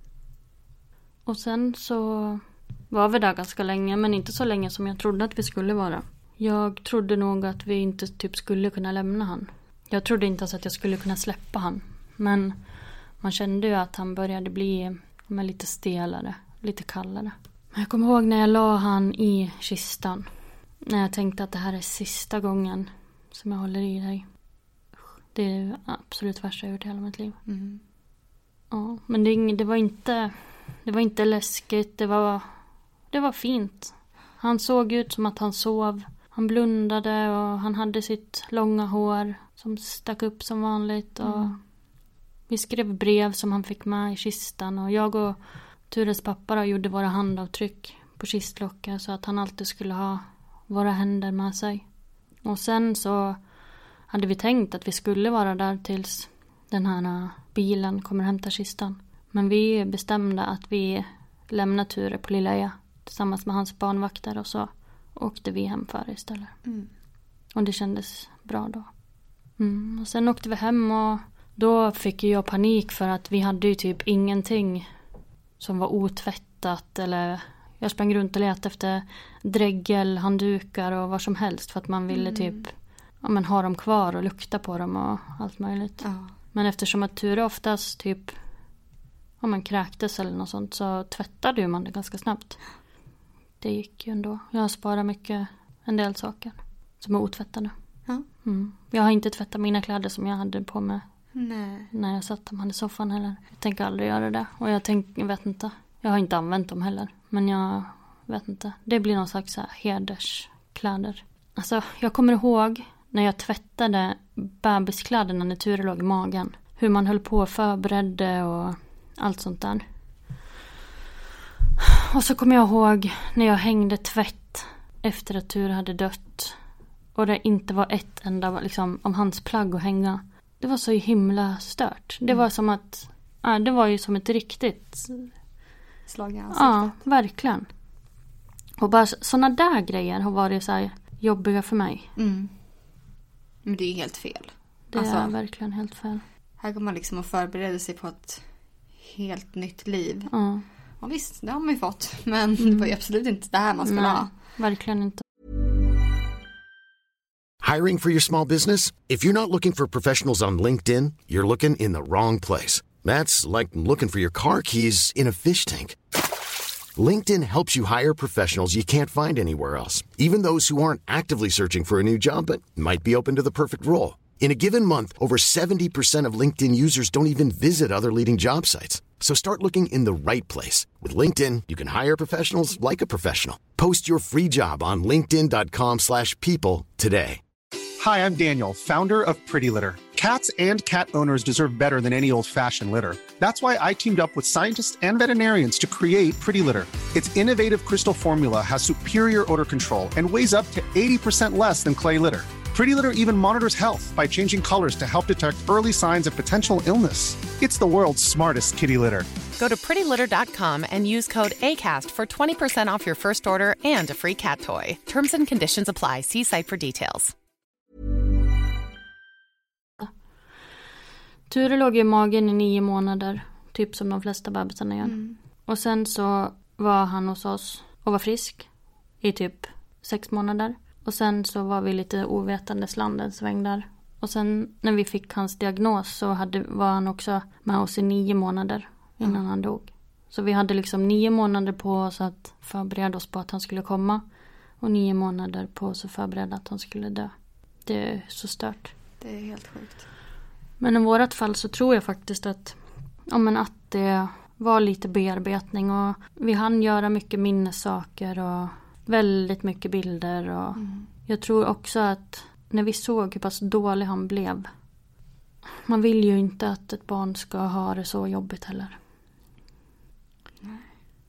Och sen så var vi där ganska länge. Men inte så länge som jag trodde att vi skulle vara. Jag trodde nog att vi inte typ skulle kunna lämna han. Jag trodde inte ens att jag skulle kunna släppa han. Men man kände ju att han började bli lite stelare. Lite kallare. Jag kommer ihåg när jag la han i kistan. När jag tänkte att det här är sista gången som jag håller i dig. Det är det absolut värsta jag gjort i hela mitt liv. Ja, men det var inte läskigt. Det var fint. Han såg ut som att han sov. Han blundade och han hade sitt långa hår som stack upp som vanligt. Och vi skrev brev som han fick med i kistan. Och jag och Tures pappa gjorde våra handavtryck på kistlocket så att han alltid skulle ha våra händer med sig. Och sen så hade vi tänkt att vi skulle vara där tills den här bilen kommer hämta kistan. Men vi bestämde att vi lämnar Ture på Lilla E tillsammans med hans barnvakter och så åkte vi hem för istället. Och det kändes bra då. Och sen åkte vi hem och då fick jag panik för att vi hade ju typ ingenting som var otvättat eller jag sprang runt och letade efter dregel, handdukar och vad som helst för att man ville typ ha dem kvar och lukta på dem och allt möjligt. Men eftersom att Ture oftast typ om man kräktes eller något sånt så tvättade ju man det ganska snabbt. Det gick ju ändå. Jag har sparat en del saker som är otvättade. Jag har inte tvättat mina kläder som jag hade på mig. Nej. När jag satt dem i soffan heller. Jag tänker aldrig göra det. Och jag vet inte. Jag har inte använt dem heller. Men jag vet inte. Det blir någon slags så här hederskläder. Alltså jag kommer ihåg när jag tvättade bebiskläderna när Ture låg i magen. Hur man höll på och förberedde och allt sånt där. Och så kommer jag ihåg när jag hängde tvätt efter att Ture hade dött. Och det inte var ett enda liksom, om hans plagg att hänga. Det var så himla stört. Det var som att det var ju som ett riktigt slag i ansiktet. Ja, verkligen. Och bara såna där grejer har varit så här jobbiga för mig. Men det är ju helt fel. Det är verkligen helt fel. Här går man liksom och förbereder sig på ett helt nytt liv. Ja visst, det har man ju fått. Men det var ju absolut inte det här man skulle ha. Verkligen inte. Hiring for your small business? If you're not looking for professionals on LinkedIn, you're looking in the wrong place. That's like looking for your car keys in a fish tank. LinkedIn helps you hire professionals you can't find anywhere else, even those who aren't actively searching for a new job but might be open to the perfect role. In a given month, over 70% of LinkedIn users don't even visit other leading job sites. So start looking in the right place. With LinkedIn, you can hire professionals like a professional. Post your free job on linkedin.com/people today. Hi, I'm Daniel, founder of Pretty Litter. Cats and cat owners deserve better than any old-fashioned litter. That's why I teamed up with scientists and veterinarians to create Pretty Litter. Its innovative crystal formula has superior odor control and weighs up to 80% less than clay litter. Pretty Litter even monitors health by changing colors to help detect early signs of potential illness. It's the world's smartest kitty litter. Go to prettylitter.com and use code ACAST for 20% off your first order and a free cat toy. Terms and conditions apply. See site for details. Ture låg i magen i 9 månader, typ som de flesta bebisarna gör. Och sen så var han hos oss och var frisk i typ 6 månader. Och sen så var vi lite ovetandes landens sväng där. Och sen när vi fick hans diagnos så var han också med oss i 9 månader innan han dog. Så vi hade liksom 9 månader på oss att förbereda oss på att han skulle komma. Och 9 månader på oss att förbereda att han skulle dö. Det är så stört. Det är helt sjukt. Men i vårat fall så tror jag faktiskt att det var lite bearbetning. Och vi hann göra mycket minnessaker och väldigt mycket bilder. Och jag tror också att när vi såg hur pass dålig han blev. Man vill ju inte att ett barn ska ha det så jobbigt heller. Nej.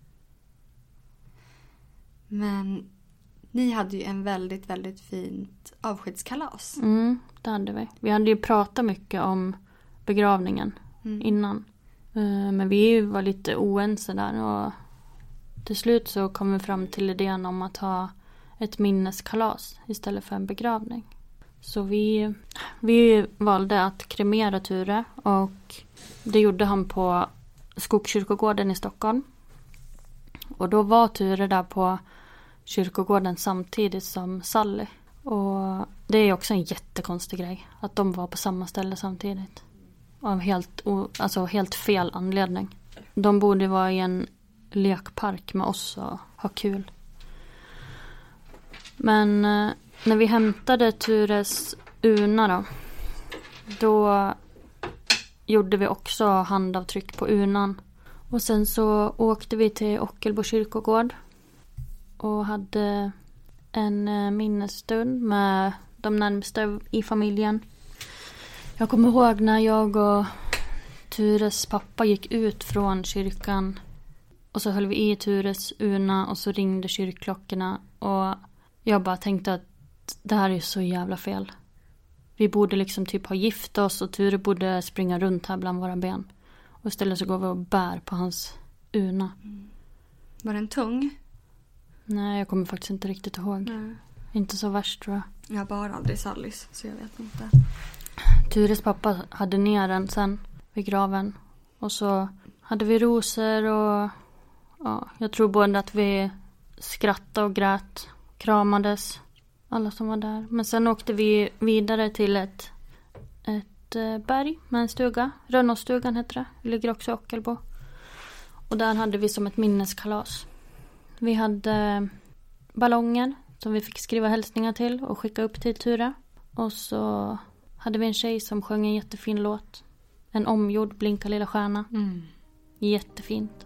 Men ni hade ju en väldigt, väldigt fint avskedskalas. Det hade vi. Vi hade ju pratat mycket om begravningen innan. Men vi var lite oense där. Och till slut så kom vi fram till idén om att ha ett minneskalas istället för en begravning. Så vi valde att kremera Ture. Och det gjorde han på Skogskyrkogården i Stockholm. Och då var Ture där på kyrkogården samtidigt som Sally. Och det är också en jättekonstig grej. Att de var på samma ställe samtidigt. Av helt fel anledning. De borde vara i en lekpark med oss och ha kul. Men när vi hämtade Tures urna då gjorde vi också handavtryck på urnan. Och sen så åkte vi till Ockelbo kyrkogård. Och hade en minnesstund med de närmaste i familjen. Jag kommer ihåg när jag och Tures pappa gick ut från kyrkan. Och så höll vi i Tures urna och så ringde kyrkklockorna. Och jag bara tänkte att det här är så jävla fel. Vi borde liksom typ ha gift oss och Ture borde springa runt här bland våra ben. Och istället så går vi och bär på hans urna. Var den tung? Nej, jag kommer faktiskt inte riktigt ihåg. Nej. Inte så värst tror jag. Jag bar aldrig Sallys, så jag vet inte. Tures pappa hade ner den sen vid graven. Och så hade vi rosor och jag tror både att vi skrattade och grät. Kramades. Alla som var där. Men sen åkte vi vidare till ett berg med en stuga. Rönnåstugan heter det. Det ligger också i Ockelbo. Och där hade vi som ett minneskalas. Vi hade ballonger som vi fick skriva hälsningar till och skicka upp till Ture. Och så hade vi en tjej som sjöng en jättefin låt. En omgjord Blinka lilla stjärna. Jättefint.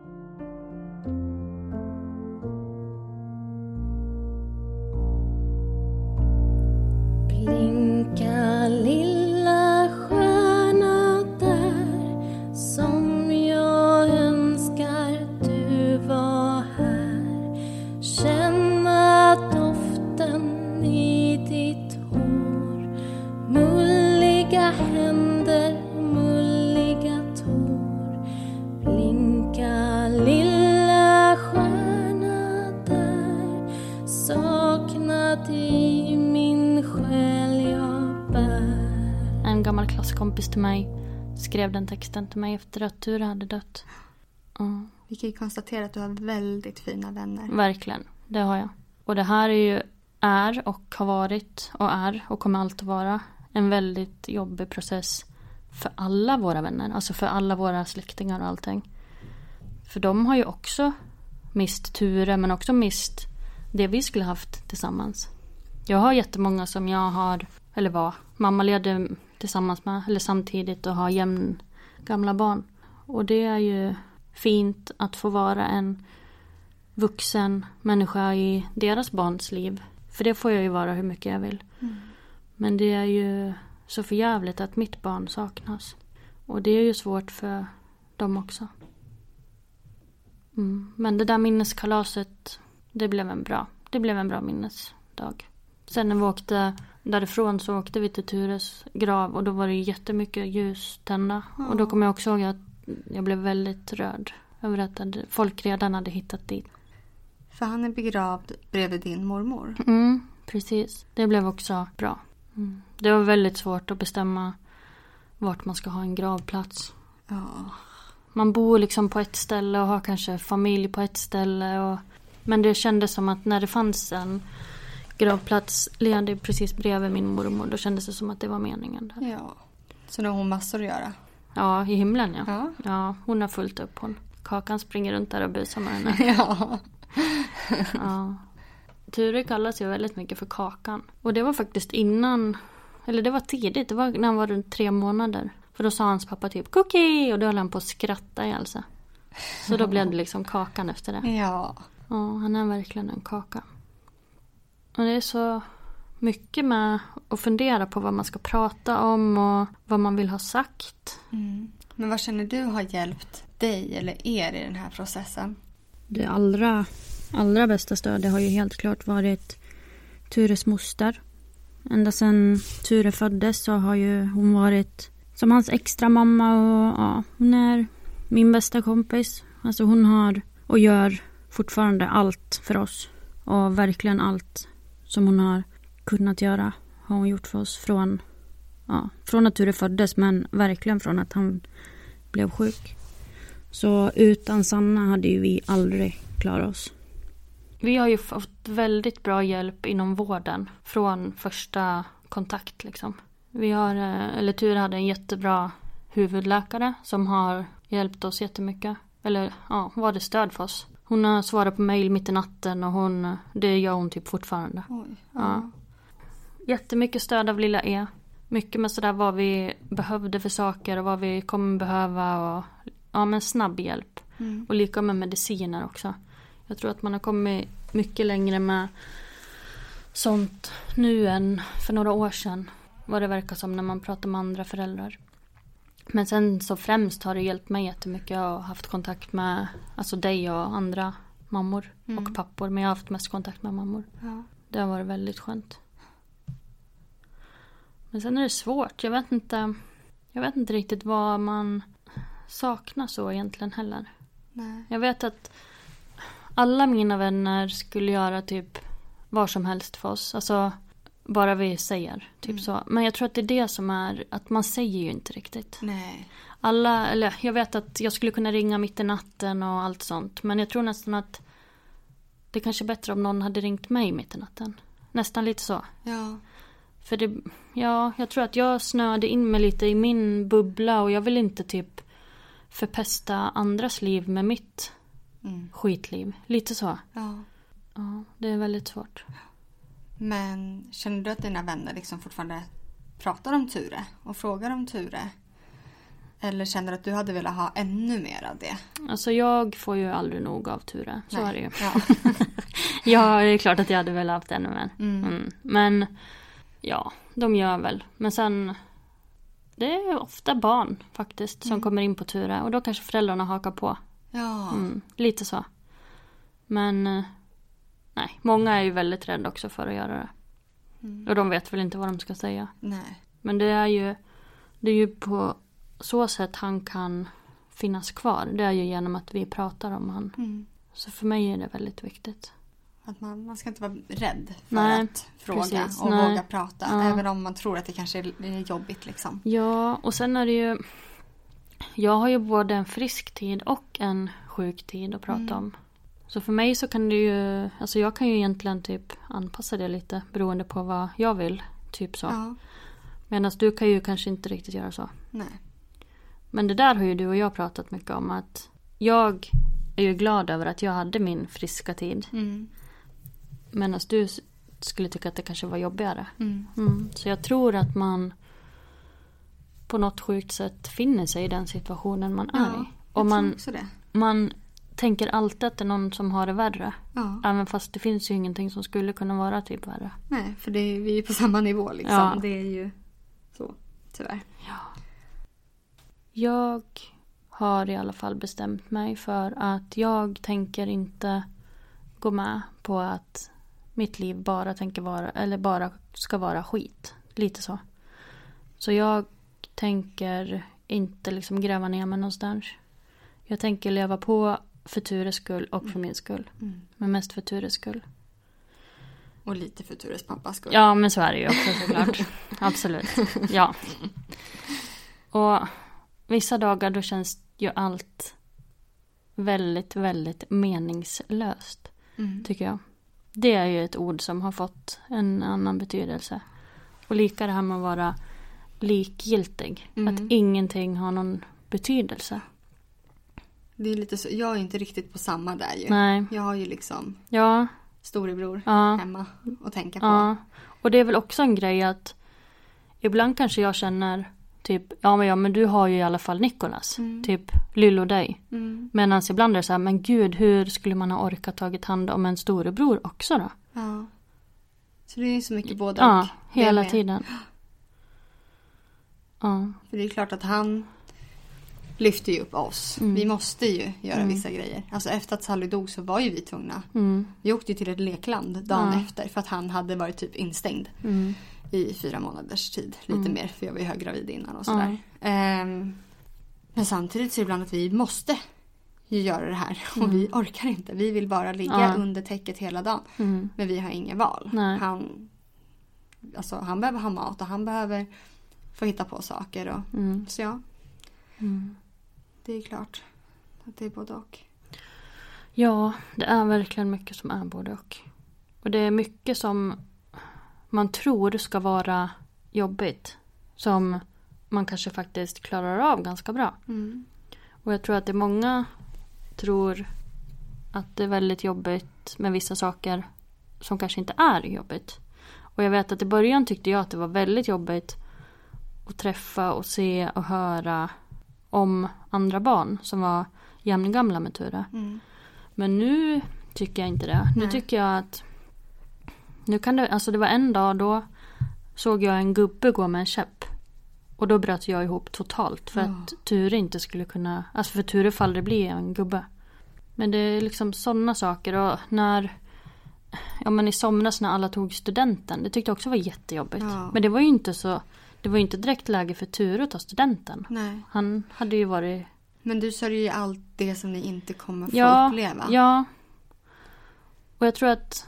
Blinka lilla stjärna där som jag önskar du var här. Känna doften i ditt hår. Mulliga händer, mulliga tår. Blinka lilla stjärna där. Saknad i min själ jag bär. En gammal klasskompis till mig skrev den texten till mig efter att Ture hade dött. Vi kan ju konstatera att du har väldigt fina vänner. Verkligen, det har jag. Och det här är och har varit och är och kommer alltid vara en väldigt jobbig process för alla våra vänner. Alltså för alla våra släktingar och allting. För de har ju också mist Ture men också mist det vi skulle haft tillsammans. Jag har jättemånga som jag har eller var mammaledig tillsammans med, eller samtidigt, och ha jämn gamla barn. Och det är ju fint att få vara en vuxen människa i deras barns liv. För det får jag ju vara hur mycket jag vill. Men det är ju så förjävligt att mitt barn saknas. Och det är ju svårt för dem också. Men det där minneskalaset, det blev en bra minnesdag. Sen när vi åkte därifrån så åkte vi till Tures grav. Och då var det jättemycket ljus tända. Och då kommer jag också ihåg att jag blev väldigt rörd över att folk redan hade hittat dit. För han är begravd bredvid din mormor. Precis. Det blev också bra. Det var väldigt svårt att bestämma vart man ska ha en gravplats. Man bor liksom på ett ställe och har kanske familj på ett ställe. Men det kändes som att när det fanns en gravplats ledig precis bredvid min mormor, då kändes det som att det var meningen där. Ja. Så nu har hon massor att göra? Ja, i himlen ja. Hon har fullt upp hon. Kakan springer runt där och busar med henne. Ja. Ture kallas ju väldigt mycket för Kakan. Och det var faktiskt innan, eller det var tidigt, det var när han var runt 3 månader. För då sa hans pappa typ cookie, och då höll han på att skratta ihjäl sig. Så då blev det liksom Kakan efter det. Ja, han är verkligen en kaka. Och det är så mycket med att fundera på vad man ska prata om och vad man vill ha sagt. Men vad känner du har hjälpt dig eller er i den här processen? Det allra bästa stödet har ju helt klart varit Tures moster. Ända sedan Ture föddes så har ju hon varit som hans extra mamma, och hon är min bästa kompis. Alltså hon har och gör fortfarande allt för oss. Och verkligen allt som hon har kunnat göra har hon gjort för oss från att Ture föddes, men verkligen från att han blev sjuk. Så utan Sanna hade ju vi aldrig klarat oss. Vi har ju fått väldigt bra hjälp inom vården från första kontakt liksom. Ture hade en jättebra huvudläkare som har hjälpt oss jättemycket. Eller var det stöd för oss. Hon har svarat på mejl mitt i natten och det gör hon typ fortfarande. Ja. Jättemycket stöd av lilla E. Mycket med sådär vad vi behövde för saker och vad vi kommer behöva. Men snabb hjälp. Och lika med mediciner också. Jag tror att man har kommit mycket längre med sånt nu än för några år sedan. Vad det verkar som när man pratar med andra föräldrar. Men sen så främst har det hjälpt mig jättemycket och haft kontakt med dig och andra mammor och pappor. Men jag har haft mest kontakt med mammor. Ja. Det har varit väldigt skönt. Men sen är det svårt. Jag vet inte riktigt vad man saknar så egentligen heller. Nej. Jag vet att alla mina vänner skulle göra typ vad som helst för oss. Alltså bara vi säger typ så. Men jag tror att det är det som är att man säger ju inte riktigt. Nej. Jag vet att jag skulle kunna ringa mitt i natten och allt sånt. Men jag tror nästan att det är kanske bättre om någon hade ringt mig mitt i natten. Nästan lite så. Ja. För jag tror att jag snöade in mig lite i min bubbla. Och jag vill inte typ förpesta andras liv med mitt skitliv. Lite så. Ja. Ja, det är väldigt svårt. Men känner du att dina vänner liksom fortfarande pratar om Ture och frågar om Ture? Eller känner du att du hade velat ha ännu mer av det? Alltså jag får ju aldrig nog av Ture. Så är det ju. Ja. Ja, det är klart att jag hade velat haft ännu mer. Men ja, de gör väl. Men sen, det är ofta barn faktiskt som kommer in på Ture. Och då kanske föräldrarna hakar på. Ja. Lite så. Men nej, många är ju väldigt rädda också för att göra det. Och de vet väl inte vad de ska säga. Nej. Men det är ju på så sätt han kan finnas kvar. Det är ju genom att vi pratar om han. Så för mig är det väldigt viktigt. Att man ska inte vara rädd för att fråga precis, och våga prata. Ja. Även om man tror att det kanske är jobbigt liksom. Ja, och sen är det ju... Jag har ju både en frisk tid och en sjuk tid att prata om. Så för mig så kan det ju... Alltså jag kan ju egentligen typ anpassa det lite beroende på vad jag vill. Typ så. Ja. Medan du kan ju kanske inte riktigt göra så. Nej. Men det där har ju du och jag pratat mycket om. Att jag är ju glad över att jag hade min friska tid. Medan du skulle tycka att det kanske var jobbigare. Så jag tror att man på något sjukt sätt finner sig i den situationen man är i. Och man tänker alltid att det är någon som har det värre. Ja. Även fast det finns ju ingenting som skulle kunna vara typ värre. Nej, för vi är ju på samma nivå liksom. Ja. Det är ju så, tyvärr. Ja. Jag har i alla fall bestämt mig för att jag tänker inte gå med på att mitt liv bara ska vara skit. Lite så. Så jag tänker inte liksom gräva ner mig någonstans. Jag tänker leva på för Tures skull och för min skull. Men mest för Tures skull. Och lite för Tures pappas skull. Ja, men så är det ju också såklart. Absolut. Ja. Och vissa dagar då känns ju allt väldigt, väldigt meningslöst. Tycker jag. Det är ju ett ord som har fått en annan betydelse. Och lika det här med att vara likgiltig. Att ingenting har någon betydelse. Det är lite så. Jag är inte riktigt på samma där ju. Nej. Jag har ju liksom storebror hemma att tänka på. Ja. Och det är väl också en grej att ibland kanske jag känner typ, men du har ju i alla fall Nicolas. Typ Lyllo dig. Medan ibland är det så här, men gud, hur skulle man ha orkat tagit hand om en storebror också då? Ja. Så det är ju så mycket både och. Ja, hela tiden. Ja. För det är klart att han lyfter ju upp oss. Vi måste ju göra vissa grejer. Alltså efter att Sally dog så var ju vi tvungna. Vi åkte ju till ett lekland dagen efter. För att han hade varit typ instängd. I 4 månaders tid. Lite mer, för jag var ju höggravid innan och sådär. Men samtidigt så är det ibland att vi måste ju göra det här. Och vi orkar inte. Vi vill bara ligga under täcket hela dagen. Men vi har ingen val. Han behöver ha mat och han behöver få hitta på saker. Och, så ja. Det är klart att det är både och. Ja, det är verkligen mycket som är både och. Och det är mycket som man tror ska vara jobbigt. Som man kanske faktiskt klarar av ganska bra. Och jag tror att det är många tror att det är väldigt jobbigt med vissa saker som kanske inte är jobbigt. Och jag vet att i början tyckte jag att det var väldigt jobbigt att träffa och se och höra om andra barn som var jämngamla med Ture. Men nu tycker jag inte det. Nu tycker jag att nu kan det, alltså det var en dag då såg jag en gubbe gå med en käpp. Och då bröt jag ihop totalt för att Ture inte skulle kunna, alltså för Ture får aldrig bli en gubbe. Men det är liksom sådana saker. Och i somras när alla tog studenten, det tyckte jag också var jättejobbigt. Men det var ju inte så, det var ju inte direkt läge för Ture att ta studenten. Nej. Han hade ju varit... Men du sörjer ju allt det som ni inte kommer få uppleva. Ja. Och jag tror att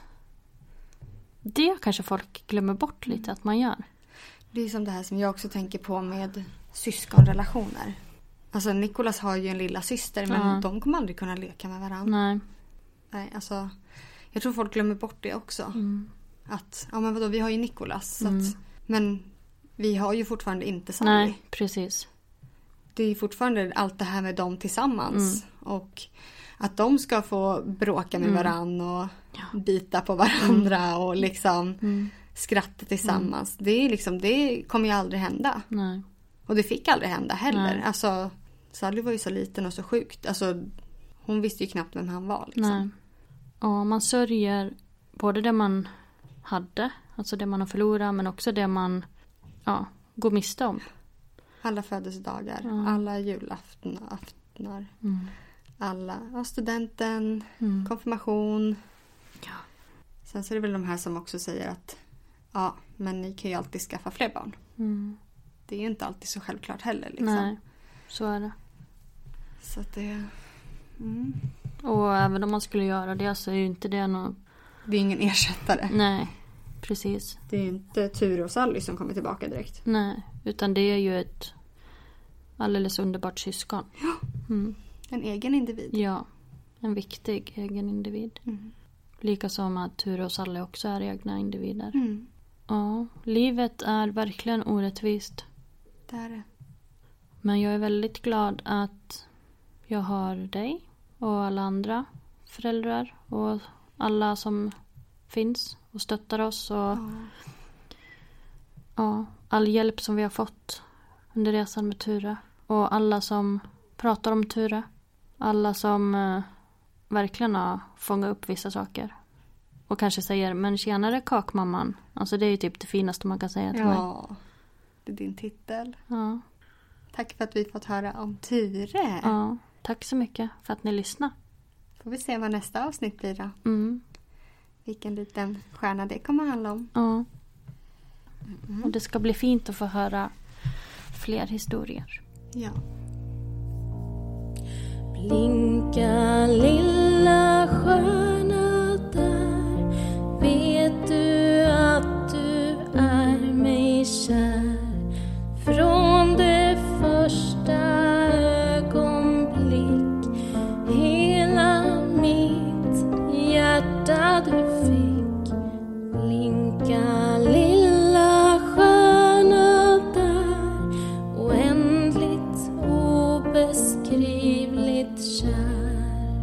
det kanske folk glömmer bort lite att man gör. Det är som det här som jag också tänker på med syskonrelationer. Alltså Nicolas har ju en lilla syster, men de kommer aldrig kunna leka med varandra. Nej, alltså jag tror folk glömmer bort det också. Att, men vadå, vi har ju Nicolas. Så att, men vi har ju fortfarande inte Sally. Nej, precis. Det är fortfarande allt det här med dem tillsammans. Och att de ska få bråka med varandra och bita på varandra och liksom skratta tillsammans. Det är liksom, det kommer ju aldrig hända. Nej. Och det fick aldrig hända heller. Nej. Alltså, Sally var ju så liten och så sjukt. Alltså, hon visste ju knappt vem han var. Liksom. Nej. Ja, man sörjer både det man hade, alltså det man har förlorat, men också det man går miste om. Alla födelsedagar, alla julaftnar, alla studenten, konfirmation. Ja. Sen så är det väl de här som också säger att men ni kan ju alltid skaffa fler barn. Det är ju inte alltid så självklart heller. Liksom. Nej, så är det. Så att det... Och även om man skulle göra det så är ju inte det någon... Det är ingen ersättare. Nej, precis. Det är ju inte Ture och Sally som kommer tillbaka direkt. Nej, utan det är ju ett alldeles underbart syskon. Ja, en egen individ. Ja, en viktig egen individ. Lika som att Ture och Sally också är egna individer. Ja, livet är verkligen orättvist. Det är det. Men jag är väldigt glad att jag har dig och alla andra föräldrar och alla som finns och stöttar oss. Och all hjälp som vi har fått under resan med Ture. Och alla som pratar om Ture. Alla som verkligen har fångat upp vissa saker. Och kanske säger, men tjenare kakmamman. Alltså det är ju typ det finaste man kan säga till mig. Ja, det är din titel. Ja. Tack för att vi fått höra om Ture. Ja, tack så mycket för att ni lyssnar. Får vi se vad nästa avsnitt blir då. Vilken liten stjärna det kommer handla om. Ja. Och det ska bli fint att få höra fler historier. Ja. Blinka lilla stjärna där, vet du att du är mig kär. Från det första ögonblick, hela mitt hjärta du fick. Blinka lilla stjärna där, oändligt obeskrivligt kär.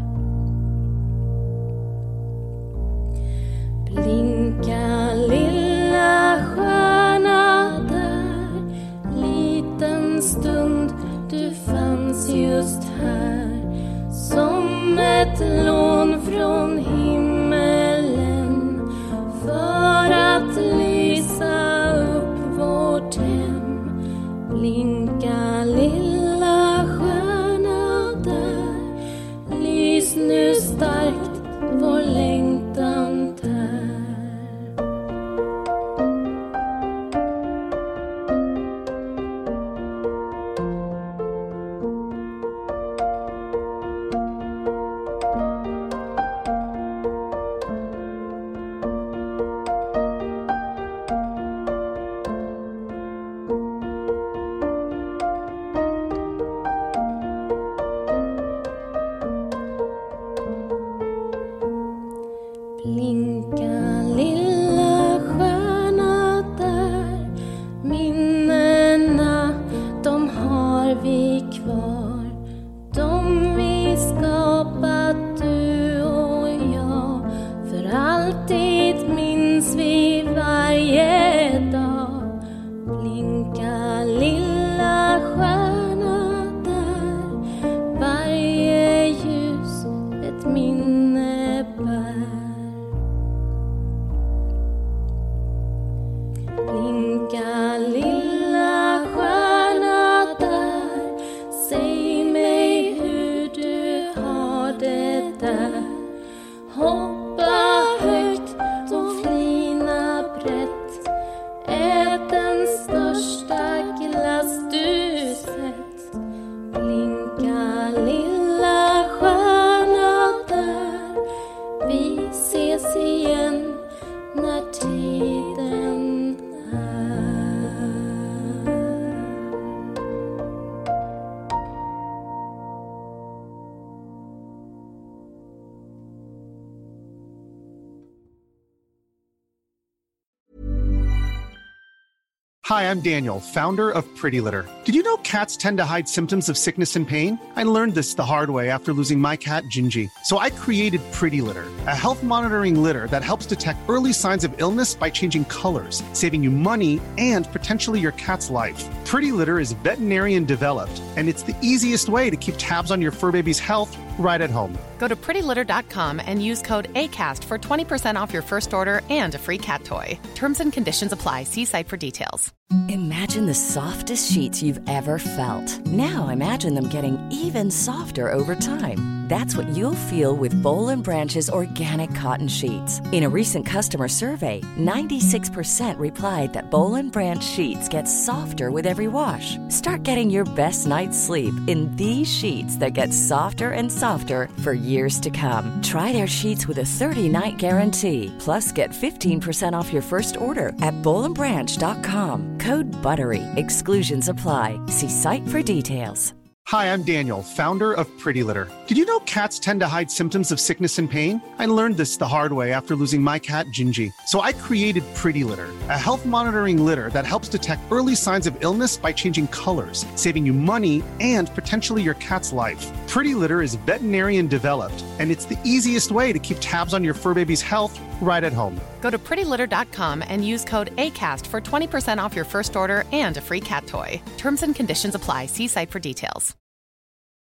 Blinka lilla stjärna där, liten stund du fanns just här. Som ett lån från himmelen, för att lysa upp vårt hem. Blinka lilla stjärna där, lys nu starkt vår längtan tär. Blinka lilla stjärna där, minnena de har vi kvar. De vi skapat du och jag, för alltid minns vi varje dag. Blinka lilla stjärna där, varje ljus ett minne bär. Blinka lilla stjärna där, säg mig hur du har det där. Hoppa högt och flina brett, ät den största glass du sett. Blinka lilla stjärna där, vi ses igen när tiden är. Hi, I'm Daniel, founder of Pretty Litter. Did you know cats tend to hide symptoms of sickness and pain? I learned this the hard way after losing my cat, Gingy. So I created Pretty Litter, a health monitoring litter that helps detect early signs of illness by changing colors, saving you money and potentially your cat's life. Pretty Litter is veterinarian developed, and it's the easiest way to keep tabs on your fur baby's health right at home. Go to prettylitter.com and use code ACAST for 20% off your first order and a free cat toy. Terms and conditions apply. See site for details. Imagine the softest sheets you've ever felt. Now imagine them getting even softer over time. That's what you'll feel with Boll & Branch's organic cotton sheets. In a recent customer survey, 96% replied that Boll & Branch sheets get softer with every wash. Start getting your best night's sleep in these sheets that get softer and softer for years to come. Try their sheets with a 30-night guarantee. Plus, get 15% off your first order at bollandbranch.com. Code BUTTERY. Exclusions apply. See site for details. Hi, I'm Daniel, founder of Pretty Litter. Did you know cats tend to hide symptoms of sickness and pain? I learned this the hard way after losing my cat, Gingy. So I created Pretty Litter, a health monitoring litter that helps detect early signs of illness by changing colors, saving you money and potentially your cat's life. Pretty Litter is veterinarian developed, and it's the easiest way to keep tabs on your fur baby's health right at home. Go to prettylitter.com and use code ACAST for 20% off your first order and a free cat toy. Terms and conditions apply. See site for details.